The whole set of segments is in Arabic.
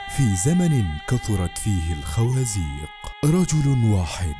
في زمن كثرت فيه الخوازيق، رجل واحد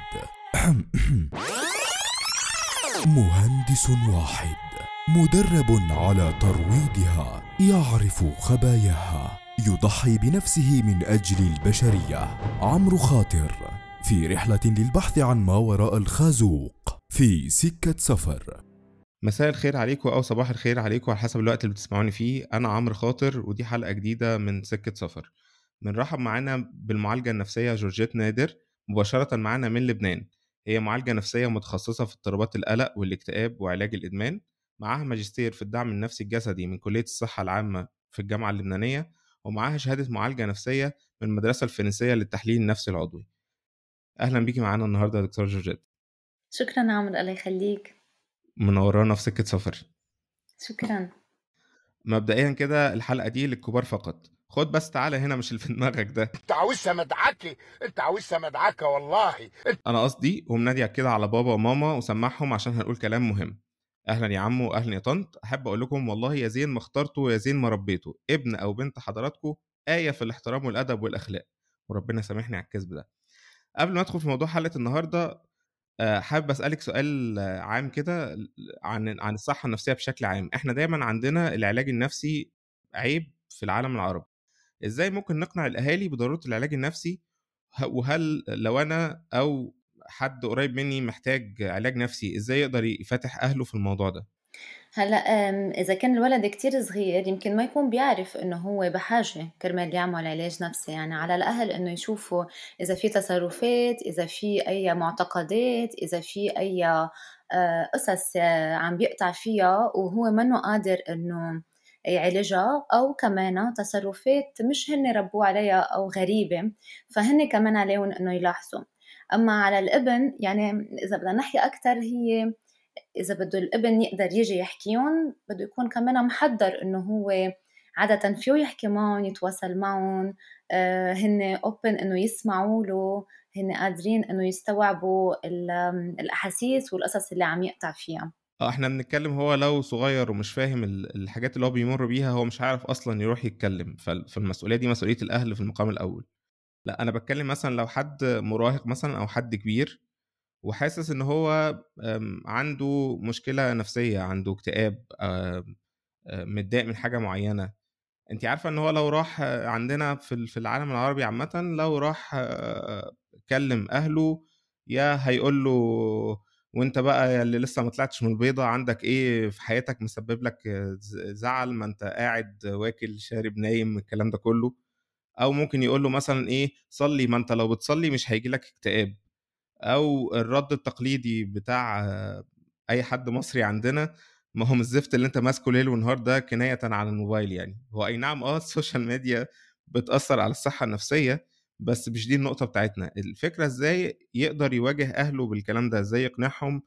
مهندس واحد مدرب على ترويضها، يعرف خباياها، يضحي بنفسه من أجل البشرية. عمرو خاطر في رحلة للبحث عن ما وراء الخازوق في سكة سفر. مساء الخير عليكم أو صباح الخير عليكم على حسب الوقت اللي بتسمعوني فيه. أنا عمرو خاطر ودي حلقة جديدة من سكة سفر. بنرحب معانا بالمعالجة النفسية جورجيت نادر مباشرة معانا من لبنان. هي معالجة نفسية متخصصة في اضطرابات القلق والاكتئاب وعلاج الإدمان، معاها ماجستير في الدعم النفسي الجسدي من كلية الصحة العامة في الجامعة اللبنانية، ومعاها شهادة معالجة نفسية من المدرسة الفرنسية للتحليل النفسي العضوي. أهلا بيكي معانا النهاردة يا دكتور جورجيت. شكرا عمرو، الله يخليك. منورانا في سكة سفر. شكرا. مبدئيا كده الحلقة دي للكبار فقط، خد بس تعالى هنا مش اللي في دماغك ده. انت عاوزها مدعكه، انت عاوزها مدعكه والله. انا قصدي ومنادي كده على بابا وماما وسمعهم عشان هنقول كلام مهم. اهلا يا عمو، اهلا يا طنط. احب اقول لكم والله يا زين ما اخترتوا يا زين ما ربيتوا ابن او بنت حضراتكم، آية في الاحترام والادب والاخلاق، وربنا سامحني على الكذب ده. قبل ما ادخل في موضوع حلقة النهارده، حابب اسالك سؤال عام كده عن الصحة النفسية بشكل عام. احنا دايما عندنا العلاج النفسي عيب في العالم العربي. ازاي ممكن نقنع الاهالي بضروره العلاج النفسي؟ وهل لو انا او حد قريب مني محتاج علاج نفسي ازاي يقدر يفتح اهله في الموضوع ده؟ هلا إذا كان الولد كتير صغير يمكن ما يكون بيعرف إنه هو بحاجة كرمال يعمل علاج نفسي، يعني على الأهل إنه يشوفوا إذا في تصرفات، إذا في أي معتقدات، إذا في أي قصص عم بيقطع فيها وهو منه قادر إنه يعالجها، أو كمان تصرفات مش هن ربوا عليها أو غريبة، فهن كمان عليهم إنه يلاحظوا. أما على الابن يعني إذا بدنا نحكي أكتر، هي إذا بده الابن يقدر يجي يحكيهم بده يكون كمان محضر إنه هو عادة فيه يحكي معهم، يتواصل معهم، هن open إنه يسمعوا له، هن قادرين إنه يستوعبوا الأحاسيس والقصص اللي عم يقطع فيها. احنا بنتكلم هو لو صغير ومش فاهم الحاجات اللي هو بيمر بيها، هو مش عارف اصلا يروح يتكلم، فالمسؤوليه دي مسؤوليه الاهل في المقام الاول. لا انا بتكلم مثلا لو حد مراهق مثلا او حد كبير وحاسس ان هو عنده مشكله نفسيه، عنده اكتئاب، متضايق من حاجه معينه. انت عارفه ان هو لو راح عندنا في العالم العربي عامه، لو راح كلم اهله، يا هيقول له وانت بقى يا اللي لسه ما طلعتش من البيضه عندك ايه في حياتك مسبب لك زعل، ما انت قاعد واكل شارب نايم الكلام ده كله. او ممكن يقول له مثلا ايه، صلي، ما انت لو بتصلي مش هيجي لك اكتئاب. او الرد التقليدي بتاع اي حد مصري عندنا، ما هو الزفت اللي انت ماسكه ليل ونهار ده كناية عن الموبايل. يعني هو اي نعم السوشيال ميديا بتأثر على الصحة النفسية، بس مش دي النقطة بتاعتنا. الفكرة ازاي يقدر يواجه اهله بالكلام ده، ازاي يقنعهم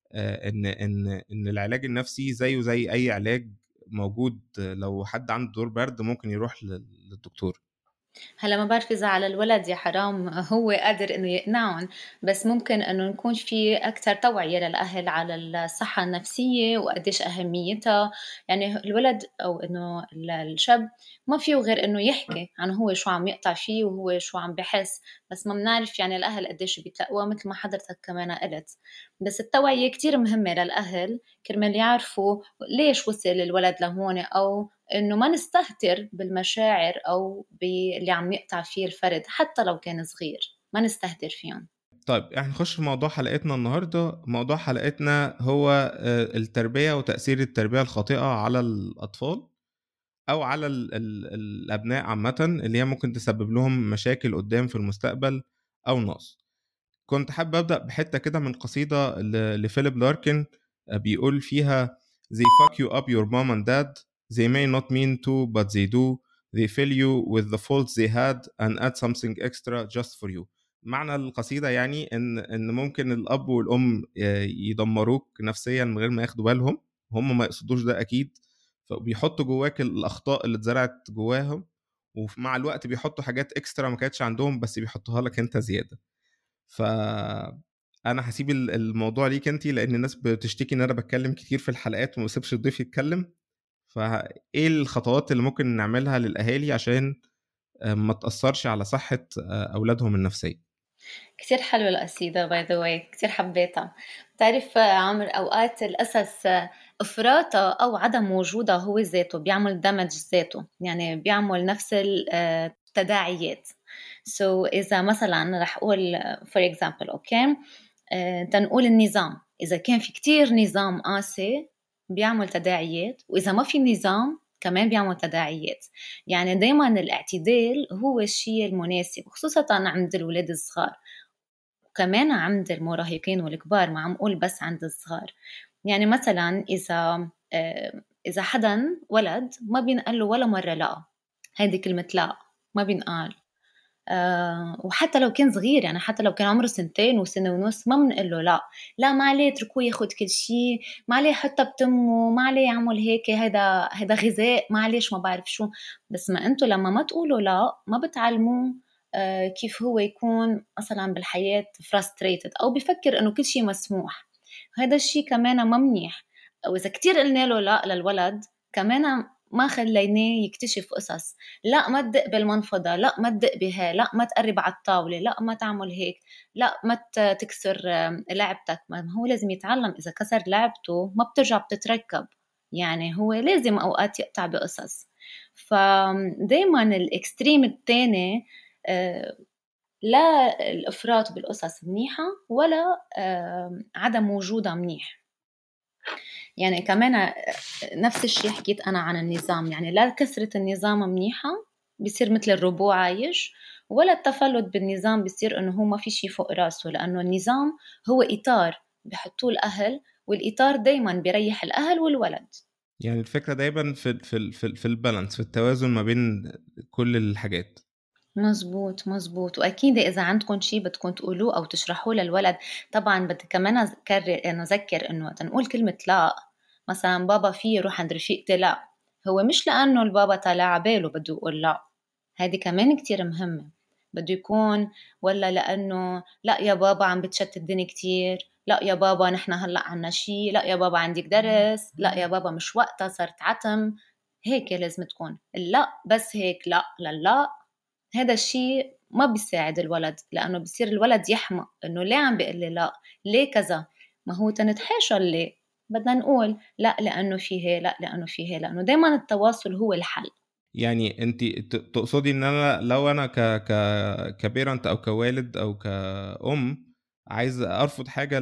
ان العلاج النفسي زيه زي اي علاج موجود. لو حد عنده دور برد ممكن يروح للدكتور. هلا ما بعرف إذا على الولد يا حرام هو قادر إنه يقنعهم، بس ممكن إنه نكون في أكتر توعية للأهل على الصحة النفسية وقديش أهميتها. يعني الولد أو إنه الشاب ما فيه غير إنه يحكي عن هو شو عم يقطع فيه وهو شو عم بحس، بس ما بنعرف يعني الأهل قديش بيتلقوها مثل ما حضرتك كمان قلت. بس التوعية كتير مهمة للأهل كرمال يعرفوا ليش وصل الولد لهون، أو إنه ما نستهتر بالمشاعر أو باللي عم يقطع فيه الفرد حتى لو كان صغير، ما نستهتر فيهم. طيب احنا نخش في موضوع حلقتنا النهاردة. موضوع حلقتنا هو التربية وتأثير التربية الخاطئة على الأطفال أو على الأبناء عامة، اللي هي ممكن تسبب لهم مشاكل قدام في المستقبل أو نقص. كنت حابب أبدأ بحتة كده من قصيدة لفيليب لاركن، بيقول فيها: They fuck you up your mom and dad. They may not mean to but they do. They fill you with the faults they had and add something extra just for you. معنى القصيدة يعني إن ممكن الأب والأم يدمروك نفسيا من غير ما ياخدوا بالهم، هم ما يقصدوش ده أكيد، فبيحطوا جواك الأخطاء اللي اتزرعت جواهم، ومع الوقت بيحطوا حاجات إكسترا ما كانتش عندهم بس بيحطوها لك أنت زيادة. فانا هسيب الموضوع ليك انت، لان الناس بتشتكي ان انا بتكلم كتير في الحلقات وما بسيبش الضيف يتكلم. فايه الخطوات اللي ممكن نعملها للاهالي عشان ما تأثرش على صحة أولادهم النفسية. كتير حلوة القصيدة باي ذا واي، كتير حبيتها. بتعرف عمر أوقات القصص إفراطها أو عدم وجودها هو ذاته بيعمل دمج ذاته، يعني بيعمل نفس التداعيات. So إذا مثلا رح أقول for example أوكي تنقول النظام، إذا كان في كتير نظام قاسي بيعمل تداعيات، وإذا ما في نظام كمان بيعمل تداعيات. يعني دايما الاعتدال هو الشيء المناسب، خصوصا عند الولاد الصغار، وكمان عند المراهقين والكبار، ما عم أقول بس عند الصغار. يعني مثلا إذا حدا ولد ما بينقال له ولا مرة لا، هذه كلمة لا ما بينقال. وحتى لو كان صغير، يعني حتى لو كان عمره 2 وسنة ونص ما بنقول له لا، لا ما عليه اتركوه ياخد كل شيء، ما عليه حتى بتمه، ما عليه يعمل هيك، هذا غذاء، ما عليش ما بعرف شو. بس ما انتو لما ما تقولوا لا ما بتعلموه كيف هو يكون مثلا بالحياة frustrated أو بيفكر إنه كل شيء مسموح. هذا الشيء كمان ما منيح. أو إذا كتير قلنا له لا للولد كمان ما خليناه يكتشف قصص. لا ما تدق بالمنفضة، لا ما تدق بها، لا ما تقرب على الطاولة، لا ما تعمل هيك، لا ما تكسر لعبتك. ما هو لازم يتعلم، إذا كسر لعبته ما بترجع بتتركب، يعني هو لازم أوقات يقطع بقصص. فدايما الإكستريم التاني لا الإفراط بالقصص منيحة ولا عدم وجودها منيح. يعني كمان نفس الشيء حكيت أنا عن النظام، يعني لا كسرة النظام منيحة بيصير مثل الربوع عايش، ولا التفلت بالنظام بيصير إنه هو ما في شيء فوق راسه، لأنه النظام هو إطار بحطوه الأهل، والإطار دايما بيريح الأهل والولد. يعني الفكرة دايما في البالانس، في التوازن ما بين كل الحاجات. مزبوط مزبوط. وأكيد إذا عندكم شيء بدكم تقولوه أو تشرحوه للولد، طبعا بدي كمان أذكر إنه وقت نقول كلمة لا، مثلا بابا فيه يروح عند رفيقتي، لا هو مش لأنه البابا طالع عباله بده يقول لا، هذه كمان كتير مهمة، بده يكون ولا لأنه لا يا بابا عم بتشتتني كتير، لا يا بابا نحن هلأ عنا شيء، لا يا بابا عندك درس، لا يا بابا مش وقتها صرت عتم. هيك لازم تكون لا، بس هيك لا لا لا. هذا الشيء ما بيساعد الولد، لأنه بصير الولد يحمق إنه ليه عم بيقول لي لا، ليه كذا. ما هو تنتحاشى اللي بدنا نقول لا لأنه فيه، لا لأنه فيه، لأنه دايما التواصل هو الحل. يعني انت تقصدي ان انا لو انا كبيرنت او كوالد او كأم عايز ارفض حاجة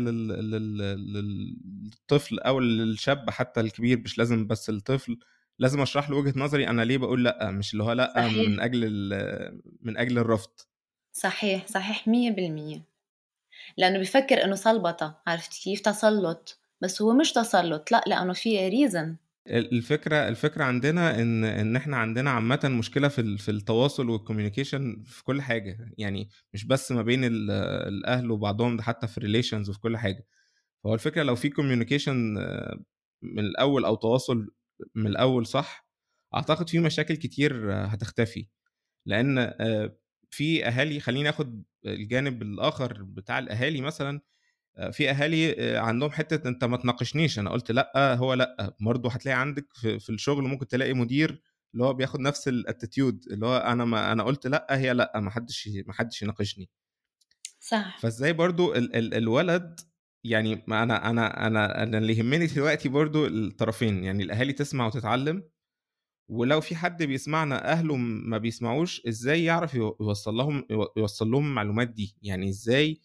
للطفل او للشاب حتى الكبير، مش لازم بس الطفل، لازم اشرح له وجهة نظري انا ليه بقول لا، مش اللي هو لا صحيح من اجل الرفض. صحيح صحيح 100%. لأنه بيفكر إنه سلبطة، عرفت كيف، تسلط، بس هو مش تسلط، لا لأنه في ريزن. الفكرة عندنا ان احنا عندنا عامة مشكلة في التواصل والكوميونيكيشن في كل حاجة، يعني مش بس ما بين الاهل وبعضهم، ده حتى في الريليشنز وفي كل حاجة. فهو الفكرة لو في كوميونيكيشن من الاول او تواصل من الاول صح، اعتقد في مشاكل كتير هتختفي. لان في اهالي، خليني اخد الجانب الاخر بتاع الاهالي، مثلا في اهالي عندهم حته انت ما تناقشنيش انا قلت لا هو لا. برضه هتلاقي عندك في الشغل ممكن تلاقي مدير اللي هو بياخد نفس الاتيتيود، اللي هو انا قلت لا هي لا، ما حدش يناقشني. صح. فازاي برضه الولد، يعني ما انا اللي يهمني دلوقتي برضه الطرفين، يعني الاهالي تسمع وتتعلم، ولو في حد بيسمعنا اهله ما بيسمعوش، ازاي يعرف يوصل لهم المعلومات دي؟ يعني ازاي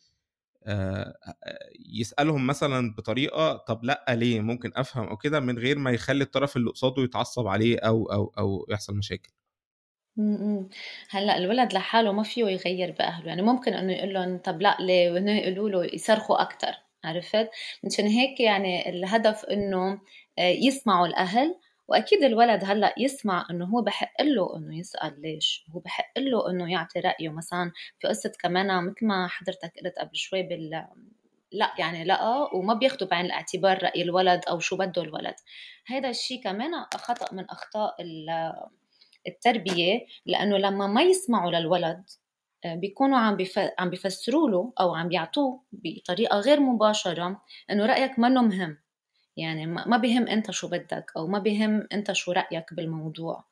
يسألهم مثلا بطريقة طب لا ليه ممكن أفهم أو كده، من غير ما يخلي الطرف اللي قصاده يتعصب عليه أو يحصل مشاكل. م-م. هلا الولد لحاله ما فيه يغير بأهله، يعني ممكن انه يقول لهم طب لا ليه، وانه يقولوا له يصرخوا اكثر، عرفت. منشان هيك يعني الهدف انه يسمعوا الاهل. واكيد الولد هلا يسمع انه هو بحق له انه يسأل ليش، هو بحق له انه يعطي رأيه. مثلا في قصة كمان مثل ما حضرتك قلت قبل شوي لا يعني لا، وما بياخدوا بعين الاعتبار رأي الولد او شو بده الولد. هذا الشيء كمان خطأ من اخطاء التربية، لأنه لما ما يسمعوا للولد بيكونوا عم بيفسروا له أو عم بيعطوه بطريقة غير مباشرة إنه رأيك منه مهم، يعني ما بيهم أنت شو بدك، أو ما بيهم أنت شو رأيك بالموضوع.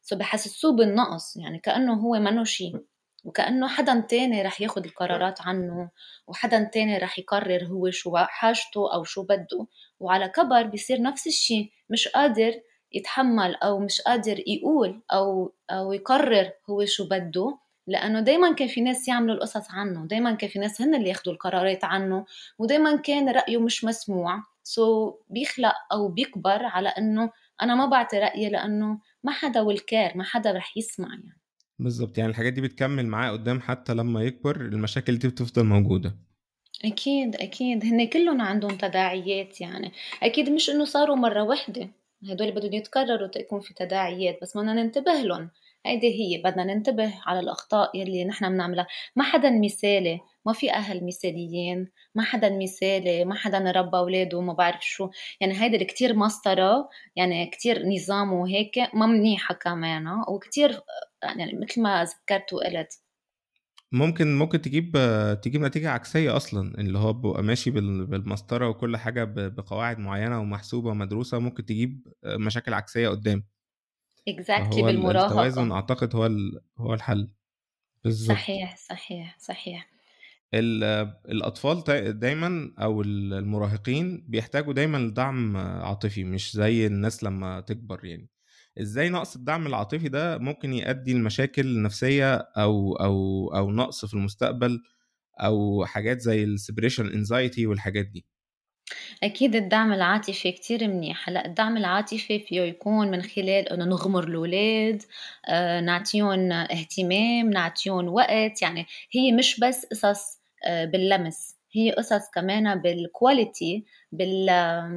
بحسسوه بالنقص، يعني كأنه هو منه شيء، وكأنه حدا تاني رح ياخد القرارات عنه، وحدا تاني رح يقرر هو شو حاجته أو شو بده. وعلى كبر بيصير نفس الشيء، مش قادر يتحمل أو مش قادر يقول أو يقرر هو شو بده، لأنه دايما كان في ناس يعملوا القصص عنه، دايما كان في ناس هن اللي ياخدوا القرارات عنه، ودايما كان رأيه مش مسموع. بيخلق أو بيكبر على أنه أنا ما بعطي رأيي لأنه ما حدا والكار، ما حدا رح يسمع يعني. بالظبط، يعني الحاجات دي بتكمل معاه قدام حتى لما يكبر، المشاكل دي بتفضل موجودة. أكيد أكيد، هن كلهم عندهم تداعيات يعني. أكيد مش إنه صاروا مرة واحدة، هدول بدهم يتكرروا تكون في تداعيات، بس بدنا ننتبه لهم. هيدي هي، بدنا ننتبه على الأخطاء يلي نحن بنعملها. ما حدا مثالي، ما في أهل مثاليين، ما حدا مثالي، ما حدا ربى أولاده وما بعرف شو. يعني هيدي كتير مسطرة، يعني كتير نظام وهيك ما منيحة كمان، وكتير يعني مثل ما ذكرت وقلت. ممكن تجيب نتيجة عكسية أصلا، اللي هو بيبقى ماشي بالمسطرة وكل حاجة بقواعد معينة ومحسوبة ومدروسة، ممكن تجيب مشاكل عكسية قدام. exactly فهو التوازن بالمراهقة. أعتقد هو الحل. بالظبط. صحيح صحيح صحيح. ال- الأطفال دايما أو المراهقين بيحتاجوا دايما لدعم عاطفي، مش زي الناس لما تكبر. يعني إزاي نقص الدعم العاطفي ده ممكن يؤدي لمشاكل نفسية أو نقص في المستقبل، أو حاجات زي السيبريشن انزايتي والحاجات دي؟ أكيد الدعم العاطفي كتير منيح. هلأ الدعم العاطفي فيه يكون من خلال إنه نغمر الأولاد، نعطيهم اهتمام، نعطيهم وقت. يعني هي مش بس قصص باللمس، هي قصص كمان بالكواليتي، بال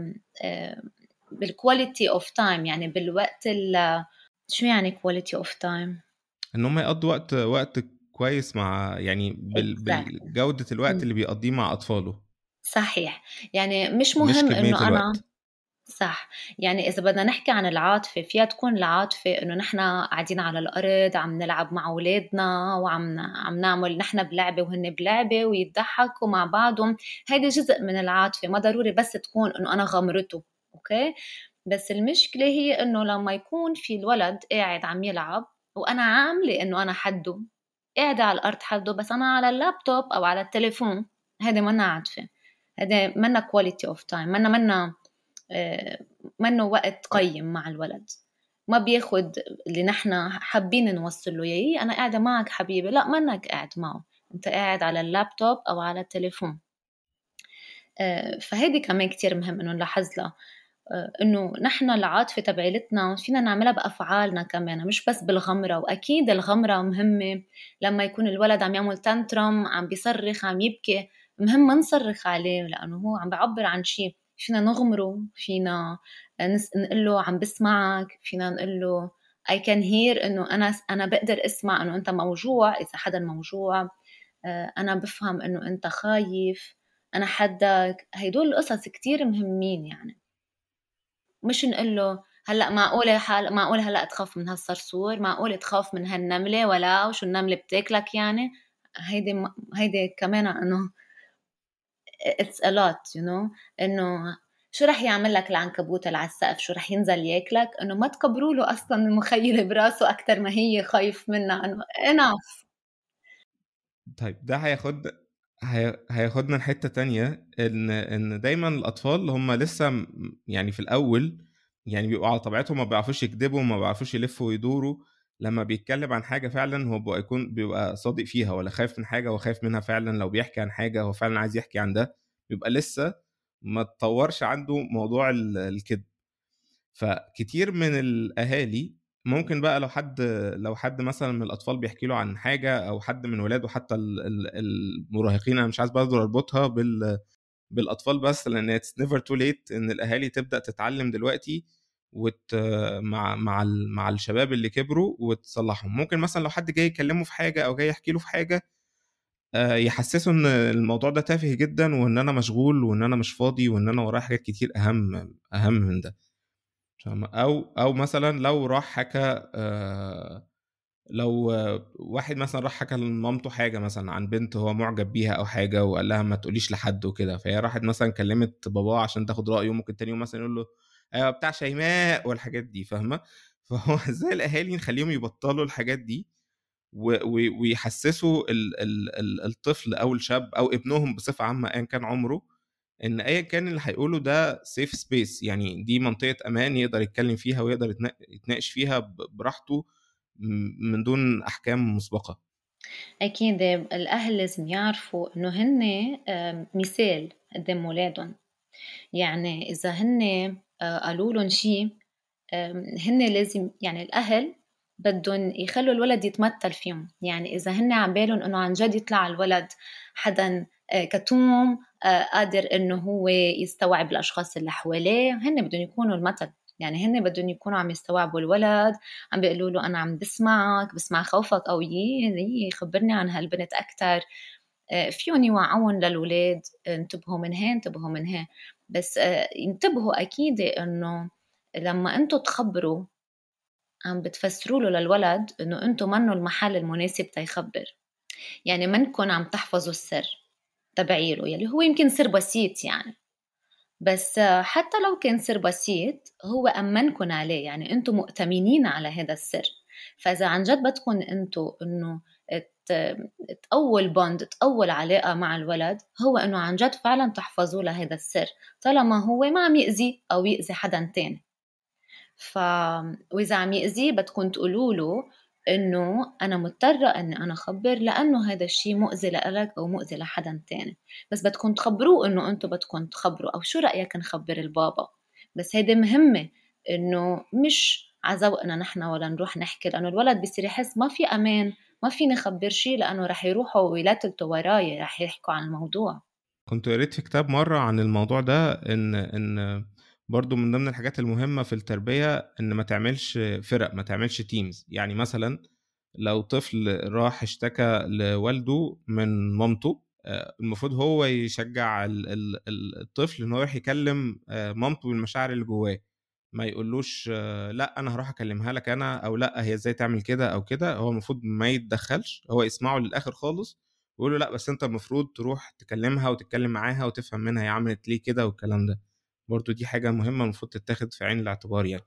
بالكواليتي اوف تايم، يعني بالوقت شو يعني كواليتي اوف تايم؟ إن هم يقضوا وقت كويس مع، يعني exactly. بالجودة الوقت اللي بيقضيه مع أطفاله، صحيح، يعني مش مش مهم كمية إنه أنا الوقت. صح. يعني إذا بدنا نحكي عن العاطفة، فيها تكون العاطفة إنه نحن قاعدين على الأرض عم نلعب مع أولادنا، عم نعمل نحن بلعبة وهن بلعبة ويتضحكوا مع بعضهم. هيدا جزء من العاطفة، ما ضروري بس تكون إنه أنا غمرته. أوكي، بس المشكلة هي إنه لما يكون في الولد قاعد عم يلعب وأنا عاملة إنه أنا حده، قاعدة على الأرض حده، بس أنا على اللابتوب أو على التليفون، هيدا منا عاطفة، هيدا منا quality of time، منا منه وقت قيم مع الولد. ما بياخد اللي نحن حابين نوصل له اياه. انا قاعده معك حبيبي، لا منك قاعد معه، انت قاعد على اللابتوب او على التليفون. فهيدي كمان كتير مهم انه نلاحظ لها، انه نحن العاطفه تبعيلتنا فينا نعملها بافعالنا كمان، مش بس بالغمره. واكيد الغمره مهمه، لما يكون الولد عم يعمل تانترم، عم بيصرخ، عم يبكي، مهم نصرخ عليه لانه هو عم بيعبر عن شيء. فينا نغمره، فينا نقول له عم بسمعك، فينا نقول له I can hear، انه انا بقدر اسمع انه انت موجوع. اذا حدا موجوع، انا بفهم انه انت خايف، انا حدك. هيدول القصص كتير مهمين يعني. مش نقول له هلا معقولة هلا تخاف من هالصرصور، معقولة تخاف من هالنملة، ولا وشو النملة بتاكلك يعني. هيدي كمان انه it's a lot you know، انه شو رح يعمل لك العنكبوت اللي على السقف، شو رح ينزل ياكلك. انه ما تكبروا له اصلا المخيلة براسه اكتر ما هي خايف منها. انه enough. طيب ده هياخدنا لحتة تانية، ان دايما الاطفال هم لسه يعني في الاول، يعني بيبقوا على طبيعتهم، ما بيعرفوش يكذبوا، ما بيعرفوش يلفوا ويدوروا. لما بيتكلم عن حاجة فعلا هو بيبقى صادق فيها، ولا خايف من حاجة هو خايف منها فعلا. لو بيحكي عن حاجة هو فعلا عايز يحكي عن ده، بيبقى لسه ما تطورش عنده موضوع الكذب. فكتير من الاهالي ممكن بقى، لو حد مثلا من الاطفال بيحكي له عن حاجه، او حد من ولاده حتى المراهقين، انا مش عايز برضه اربطها بالاطفال بس، لان اتس نيفر تو ليت ان الاهالي تبدا تتعلم دلوقتي مع الشباب اللي كبروا وتصلحهم. ممكن مثلا لو حد جاي يكلمه في حاجه او جاي يحكي له في حاجه، يحسسه ان الموضوع ده تافه جدا، وان انا مشغول، وان انا مش فاضي، وان انا ورايا حاجات كتير اهم من ده. او مثلا لو راح حكى، لو واحد مثلا راح حكى لمامته حاجه مثلا عن بنت هو معجب بيها او حاجه، وقال لها ما تقوليش لحد وكده، فهي راحت مثلا كلمت باباه عشان تاخد رايه، ممكن تاني يوم مثلا يقول له ايوه بتاع شيماء والحاجات دي، فاهمه؟ فهو ازاي الاهالي نخليهم يبطلوا الحاجات دي ويحسسوا الطفل او الشاب او ابنهم بصفه عامه ايا كان عمره، ان ايا كان اللي هيقوله ده سيف سبيس، يعني دي منطقه امان يقدر يتكلم فيها ويقدر يتناقش فيها براحته من دون احكام مسبقه. أكيد الأهل لازم يعرفوا إنه هن مثال قدام ولادهم. يعني إذا هن قالوا لهم شيء، هن لازم، يعني الأهل بدهم يخلوا الولد يتمثل فيهم. يعني إذا هن عم بالهم إنه عن جد يطلع الولد حدا كتوم قادر إنه هو يستوعب الأشخاص اللي حواليه، هن بدهم يكونوا المثل. يعني هن بدهم يكونوا عم يستوعبوا الولد، عم بيقولوا له أنا عم بسمع خوفك، أو خبرني عن هالبنت أكتر. فيهم يوعون للولاد انتبهوا من هين انتبهوا من هين. بس ينتبهوا أكيد إنه لما أنتوا تخبروا عم بتفسروا له للولد إنه أنتوا منوا المحل المناسب تيخبر. يعني منكن عم تحفظوا السر تبعيله، يلي هو يمكن سر بسيط يعني، بس حتى لو كان سر بسيط هو أمنكن عليه. يعني أنتوا مؤتمنين على هذا السر. فإذا عن جد بدكن أنتوا إنه تقوي البوند، تقوي علاقة مع الولد، هو إنه عن جد فعلا تحفظوا له هذا السر طالما هو ما عم يأذي أو يأذي حدا تاني. وإذا عم يأذيه بدكن تقولوا له إنه أنا مضطرة إني أنا أخبر لأنه هذا الشيء مؤذي لإلك أو مؤذي لحدا تاني. بس بدكن تخبروه إنه أنتوا بدكن تخبروا، أو شو رأيك نخبر البابا. بس هيدا مهمة، إنه مش عذوقنا نحن ولا نروح نحكي، لأنه الولد بيصير يحس ما في أمان، ما فيني خبر شيء لأنه رح يروحوا ويلاتلتوا وراي رح يحكوا عن الموضوع. كنت قريت في كتاب مرة عن الموضوع ده ان برضو من ضمن الحاجات المهمة في التربية ان ما تعملش فرق، ما تعملش تيمز. يعني مثلا لو طفل راح اشتكى لوالده من مامته، المفروض هو يشجع الطفل ان هو يروح يكلم مامته بالمشاعر اللي جواه. ما يقولوش لا انا هروح اكلمها لك انا، او لا هي ازاي تعمل كده او كده. هو المفروض ما يتدخلش، هو يسمعه للاخر خالص ويقول له لا بس انت المفروض تروح تكلمها وتتكلم معاها وتفهم منها هي عملت ليه كده والكلام ده. برضو دي حاجة مهمة المفروض تتاخد في عين الاعتبار يعني.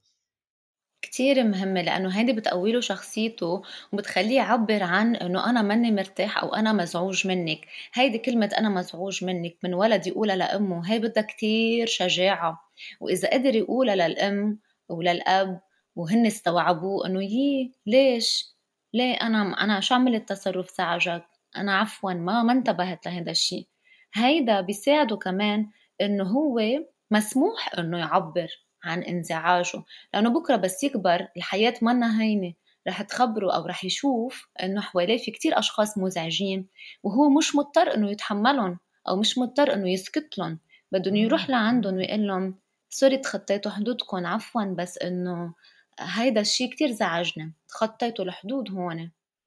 كتير مهمة، لأنه هيدي بتقويله شخصيته وبتخليه يعبر عن أنه أنا ماني مرتاح أو أنا مزعوج منك. هيدي كلمة أنا مزعوج منك من ولد يقولها لأمه، هي بدها كتير شجاعة. وإذا قدر يقولها للأم وللأب وهن استوعبوه أنه ليش ليه أنا شو عملت تصرف زعجك، أنا عفوا ما انتبهت لهذا الشيء. هيدا بيساعده كمان أنه هو مسموح أنه يعبر عن انزعاجه. لأنه بكرة بس يكبر الحياة منا هينة، رح تخبره أو رح يشوف إنه حواليه في كتير أشخاص مزعجين، وهو مش مضطر إنه يتحملهم أو مش مضطر إنه يسكت لهم. بدهم يروح لعندهم ويقول لهم سوري تخطيتوا حدودكم عفوا، بس إنه هيدا الشيء كتير زعجنا، تخطيتوا الحدود هون.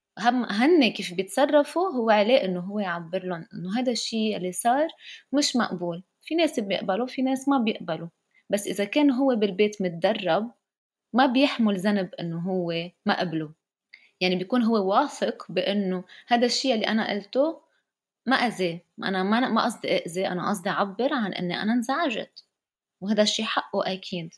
هن كيف بيتصرفوا هو عليه إنه هو يعبر لهم إنه هذا الشيء اللي صار مش مقبول. في ناس بيقبلوا في ناس ما بيقبلوا، بس إذا كان هو بالبيت متدرب ما بيحمل ذنب إنه هو ما قبله. يعني بيكون هو واثق بإنه هذا الشيء اللي أنا قلته ما أذي، أنا ما قصدي أذي، أنا قصدي أعبر عن إني أنا انزعجت، وهذا الشيء حقه أكيد.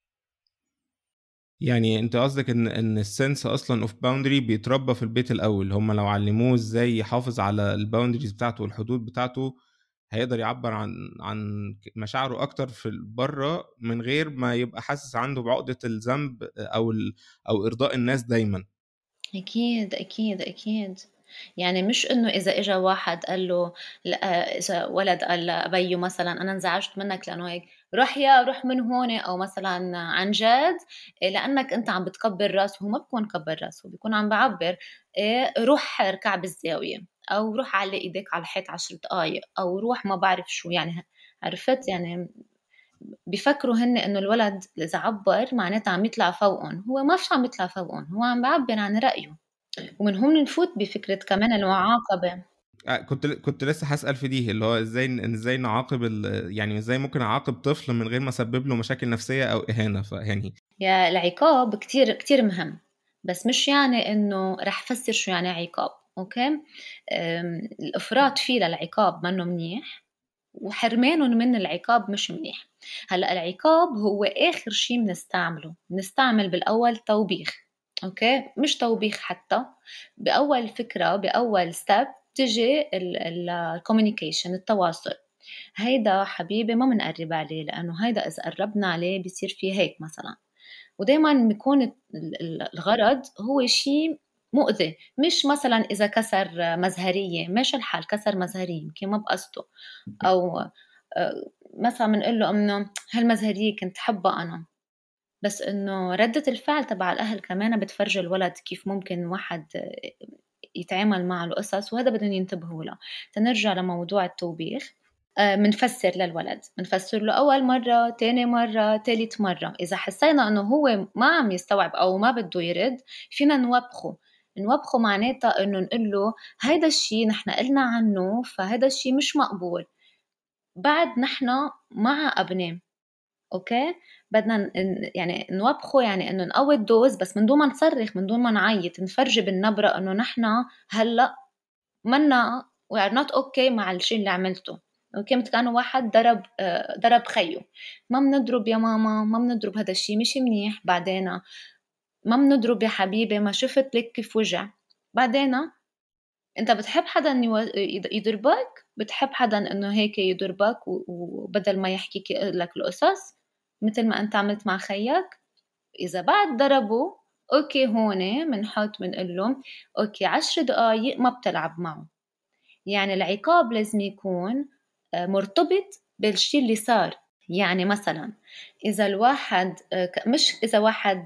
يعني انت قصدك ان السنس اصلا اوف باوندري بيتربى في البيت الاول. هم لو علموه ازاي يحافظ على الباوندريز بتاعته والحدود بتاعته هيقدر يعبر عن مشاعره اكتر في بره من غير ما يبقى حاسس عنده بعقدة الذنب او ارضاء الناس دايما. أكيد أكيد أكيد. يعني مش إنه إذا إجا واحد قال له إذا ولد قال لأبيه مثلا أنا انزعجت منك لأنه هيك، روح من هون، أو مثلا عن جد لأنك أنت عم بتكبر راسه. هو ما بيكون كبر راسه، بيكون عم بعبر روح اركع بالزاوية، أو روح علق إيديك على الحيط 10 دقايق، أو روح ما بعرف شو يعني. عرفت يعني بيفكروا هن إنه الولد إذا عبر معناتها عم يطلع فوقهم. هو ما فيش عم يطلع فوقهم، هو عم بعبر عن رأيه. ومن هون نفوت بفكرة كمان المعاقبة. كنت لسه هسأل في دي، اللي هو ازاي نعاقب يعني ازاي ممكن اعاقب طفل من غير ما اسبب له مشاكل نفسية او اهانة. فيعني يا العقاب كتير كتير مهم، بس مش يعني إنه رح فسر شو يعني عقاب. أوكي، الإفراط فيه للعقاب منه منيح، وحرمانهم من العقاب مش منيح. هلأ العقاب هو آخر شيء بنستعمل بالأول توبيخ، أوكي؟ مش توبيخ حتى، بأول فكرة بأول ستيب تجي الكوميونيكيشن، التواصل. هيدا حبيبي ما منقرب عليه، لأنه هيدا إذا قربنا عليه بيصير فيه هيك مثلا. ودايما بيكون الغرض هو شيء مؤذي، مش مثلا إذا كسر مزهرية، مش الحال كسر مزهرية يمكن ما بقصده، أو مثلا بنقول له إنه هالمزهرية كنت حبها أنا، بس إنه ردة الفعل تبع الأهل كمان بتفرج الولد كيف ممكن واحد يتعامل مع القصص، وهذا بدهم ينتبهوا له. تنرجع لموضوع التوبيخ، منفسر للولد، منفسر له أول مرة، تاني مرة، تالت مرة. إذا حسينا أنه هو ما عم يستوعب أو ما بده يرد، فينا نوبخه معناتها أنه نقول له هيدا الشيء نحن قلنا عنه، فهيدا الشيء مش مقبول. بعد نحن مع أبناء، أوكي؟ بدنا يعني نوبخه، يعني أنه نقوي الدوز، بس من دون ما نصرخ، من دون ما نعيط، نفرجي بالنبرة أنه نحن هلأ منا we are not okay مع الشيء اللي عملته. اوكي، كانوا واحد ضرب خيه، ما بنضرب يا ماما، ما بنضرب، هذا الشيء مش منيح. بعدين ما بنضرب يا حبيبي، ما شفت لك كيف وجع. بعدين انت بتحب حدا يضربك، بتحب حدا انه هيك يضربك وبدل ما يحكيك لك القصص مثل ما انت عملت مع خيك. اذا بعد ضربه، اوكي، هون بنحط بنقول له اوكي 10 دقايق ما بتلعب معه. يعني العقاب لازم يكون مرتبط بالشيء اللي صار. يعني مثلا إذا الواحد مش إذا واحد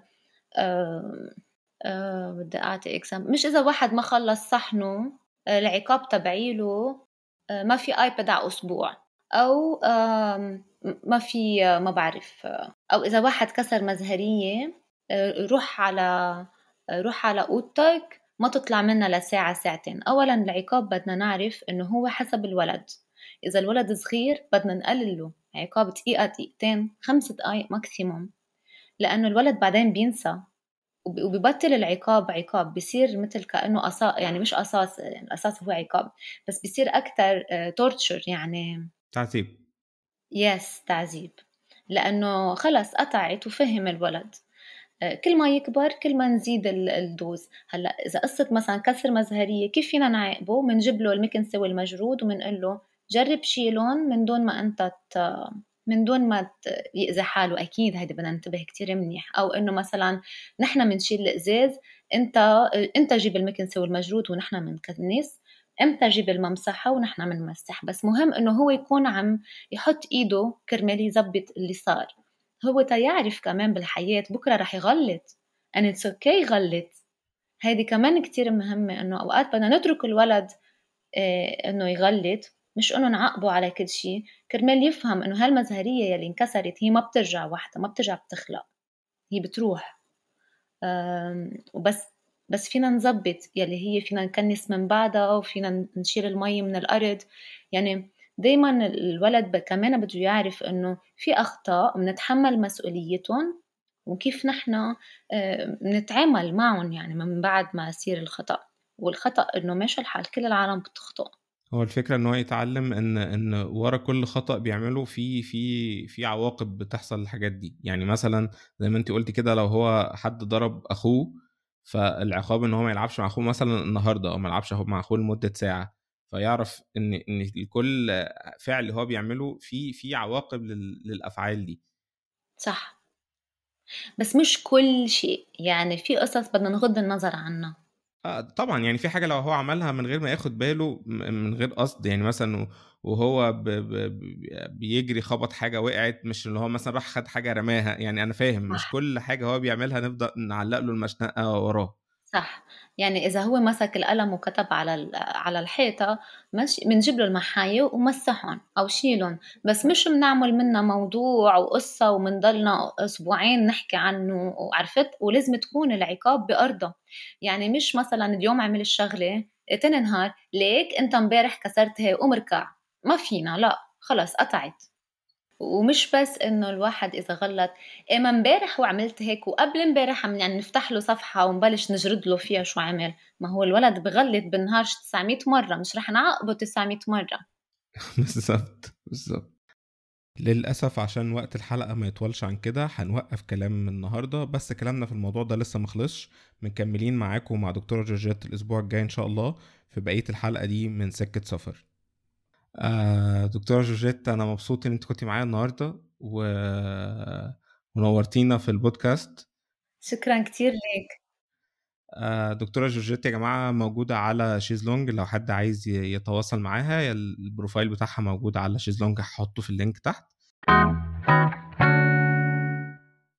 بدي أعطي إكزامبل، مش إذا واحد ما خلص صحنه العقاب تبعيله ما في آيباد على أسبوع، أو ما في ما بعرف، أو إذا واحد كسر مزهرية روح على أوضتك ما تطلع منها لساعة ساعتين. أولا العقاب بدنا نعرف إنه هو حسب الولد. إذا الولد صغير بدنا نقلل له عقاب دقيقة، دقيقتين، 5 دقايق ماكسيموم، لأنه الولد بعدين بينسى وبيبطل العقاب عقاب، بيصير مثل كأنه يعني مش أساس، يعني الأساس هو عقاب، بس بيصير أكتر تورتشر، يعني تعذيب. تعذيب، لأنه خلص قطعت وفهم الولد. كل ما يكبر كل ما نزيد الدوز. هلا اذا قصه مثلا كسر مزهريه، كيف فينا نعاقبه؟ بنجيب له المكنسه والمجرود وبنقول له جرب شيلون من دون ما يأذي حاله. اكيد هيدا بدنا ننتبه كتير منيح. او انه مثلا نحن بنشيل الازاز، انت جيب المكنسه والمجرود ونحن بنكنس، امتى جيب الممسحه ونحن بنمسح. بس مهم انه هو يكون عم يحط ايده كرمال يزبط اللي صار. هو يعرف كمان بالحياة بكرة رح يغلط and it's okay يغلط. هيدي كمان كتير مهمة، إنه أوقات بدنا نترك الولد إنه يغلط، مش إنه نعاقبه على كل شيء، كرمال يفهم إنه هالمزهرية يلي انكسرت هي ما بترجع واحدة، ما بترجع بتخلق، هي بتروح. بس فينا نزبط يلي هي، فينا نكنس من بعدها، وفينا نشيل المي من الأرض. يعني دايما الولد كمان بده يعرف إنه في أخطاء بنتحمل مسؤوليتهم، وكيف نحن نتعامل معهم يعني من بعد ما يصير الخطأ. والخطأ إنه ماشي الحال، كل العالم بتخطئ. هو الفكرة ان هو يتعلم ان ورا كل خطأ بيعمله في عواقب بتحصل للحاجات دي. يعني مثلا زي ما انت قلتي كده، لو هو حد ضرب اخوه، فالعقاب ان هو ما يلعبش مع اخوه مثلا النهارده، او ما يلعبش مع اخوه لمدة ساعة، فيعرف ان كل فعل هو بيعمله في عواقب للافعال دي. صح، بس مش كل شيء، يعني في قصص بدنا نغض النظر عنها. طبعا، يعني في حاجة لو هو عملها من غير ما ياخد باله، من غير قصد، يعني مثلا وهو بيجري خبط حاجة وقعت، مش اللي هو مثلا راح خد حاجة رماها. يعني أنا فاهم مش صح كل حاجة هو بيعملها نفضل نعلق له المشنقة وراه. صح. يعني إذا هو مسك القلم وكتب على الحيطة، مش بنجيب له المحاية ومسحهم أو شيلهم، بس مش بنعمل منها موضوع وقصة ومنضلنا أسبوعين نحكي عنه، وعرفت، ولازم تكون العقاب بأرضه. يعني مش مثلا اليوم عمل الشغلة تاني نهار ليك أنت مبارح كسرت هي ومركع، ما فينا، لا خلص قطعت. ومش بس انه الواحد اذا غلط ما امبارح وعملت هيك وقبل امبارح يعني نفتح له صفحه ونبلش نجرد له فيها شو عمل. ما هو الولد بغلط بالنهار 900 مره، مش رح نعاقبه 900 مره. بالظبط. للأسف عشان وقت الحلقة ما يطولش عن كده هنوقف كلام النهاردة، بس كلامنا في الموضوع ده لسه مخلصش، مكملين معاكم مع دكتورة جورجيت الأسبوع الجاي إن شاء الله في بقية الحلقة دي من سكة سفر. دكتورة جورجيت، أنا مبسوط إن أنت كنتي معايا النهاردة ونورتينا في البودكاست. شكرا كتير ليك. دكتورة جورجيت يا جماعة موجودة على شيزلونج، لو حد عايز يتواصل معاها البروفايل بتاعها موجود على شيزلونج، هحطه في اللينك تحت.